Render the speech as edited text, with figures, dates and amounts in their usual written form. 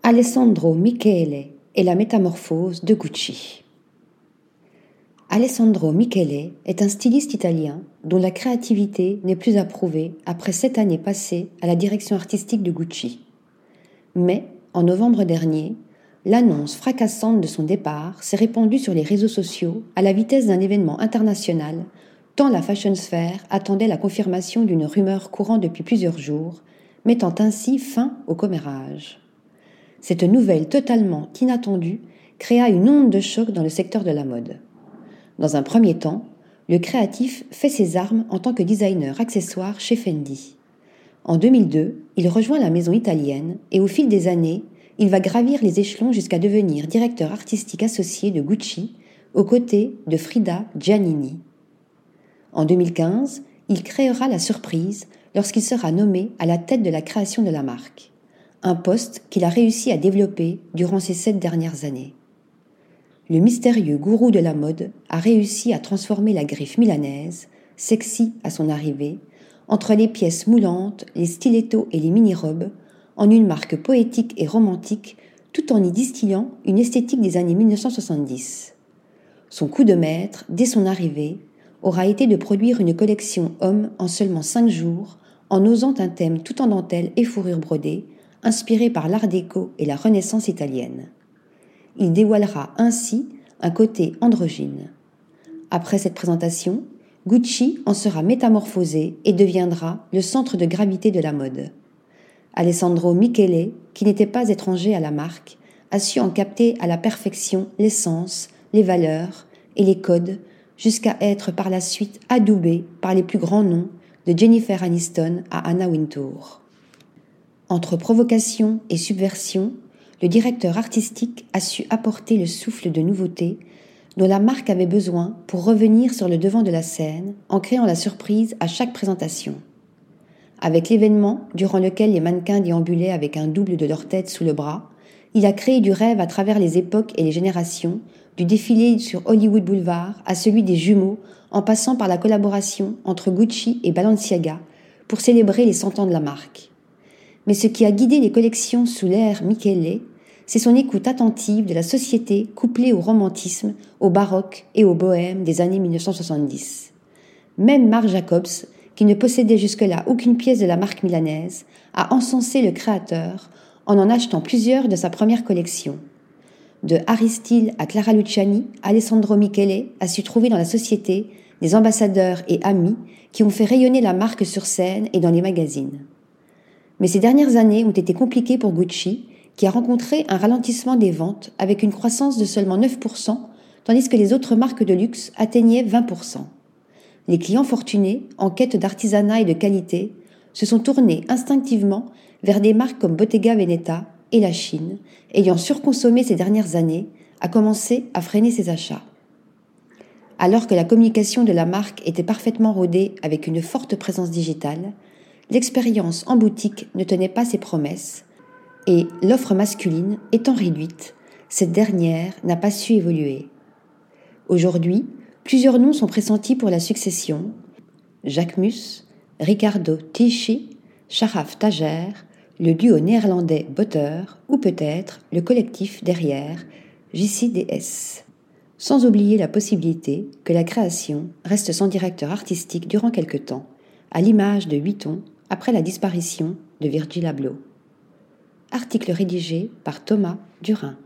Alessandro Michele et la métamorphose de Gucci. Alessandro Michele est un styliste italien dont la créativité n'est plus approuvée après 7 années passées à la direction artistique de Gucci. Mais, en novembre dernier, l'annonce fracassante de son départ s'est répandue sur les réseaux sociaux à la vitesse d'un événement international, tant la fashion sphère attendait la confirmation d'une rumeur courant depuis plusieurs jours, mettant ainsi fin au commérage. Cette nouvelle totalement inattendue créa une onde de choc dans le secteur de la mode. Dans un premier temps, le créatif fait ses armes en tant que designer accessoire chez Fendi. En 2002, il rejoint la maison italienne et au fil des années, il va gravir les échelons jusqu'à devenir directeur artistique associé de Gucci aux côtés de Frida Giannini. En 2015, il créera la surprise lorsqu'il sera nommé à la tête de la création de la marque. Un poste qu'il a réussi à développer durant ces 7 dernières années. Le mystérieux gourou de la mode a réussi à transformer la griffe milanaise, sexy à son arrivée, entre les pièces moulantes, les stilettos et les mini-robes, en une marque poétique et romantique, tout en y distillant une esthétique des années 1970. Son coup de maître, dès son arrivée, aura été de produire une collection homme en seulement 5 jours, en osant un thème tout en dentelle et fourrure brodée, inspiré par l'art déco et la Renaissance italienne. Il dévoilera ainsi un côté androgyne. Après cette présentation, Gucci en sera métamorphosé et deviendra le centre de gravité de la mode. Alessandro Michele, qui n'était pas étranger à la marque, a su en capter à la perfection l'essence, les valeurs et les codes, jusqu'à être par la suite adoubé par les plus grands noms, de Jennifer Aniston à Anna Wintour. Entre provocation et subversion, le directeur artistique a su apporter le souffle de nouveauté dont la marque avait besoin pour revenir sur le devant de la scène en créant la surprise à chaque présentation. Avec l'événement, durant lequel les mannequins déambulaient avec un double de leur tête sous le bras, il a créé du rêve à travers les époques et les générations, du défilé sur Hollywood Boulevard à celui des jumeaux, en passant par la collaboration entre Gucci et Balenciaga pour célébrer les 100 ans de la marque. Mais ce qui a guidé les collections sous l'ère Michele, c'est son écoute attentive de la société couplée au romantisme, au baroque et au bohème des années 1970. Même Marc Jacobs, qui ne possédait jusque-là aucune pièce de la marque milanaise, a encensé le créateur en achetant plusieurs de sa première collection. De Harry Styles à Clara Luciani, Alessandro Michele a su trouver dans la société des ambassadeurs et amis qui ont fait rayonner la marque sur scène et dans les magazines. Mais ces dernières années ont été compliquées pour Gucci, qui a rencontré un ralentissement des ventes avec une croissance de seulement 9%, tandis que les autres marques de luxe atteignaient 20%. Les clients fortunés, en quête d'artisanat et de qualité, se sont tournés instinctivement vers des marques comme Bottega Veneta et la Chine, ayant surconsommé ces dernières années, a commencé à freiner ses achats. Alors que la communication de la marque était parfaitement rodée avec une forte présence digitale, l'expérience en boutique ne tenait pas ses promesses et, l'offre masculine étant réduite, cette dernière n'a pas su évoluer. Aujourd'hui, plusieurs noms sont pressentis pour la succession: Jacquemus, Riccardo Tisci, Sharaf Tajer, le duo néerlandais Botter ou peut-être le collectif derrière JCDS. Sans oublier la possibilité que la création reste sans directeur artistique durant quelque temps, à l'image de Vuitton après la disparition de Virgil Abloh. Article rédigé par Thomas Durin.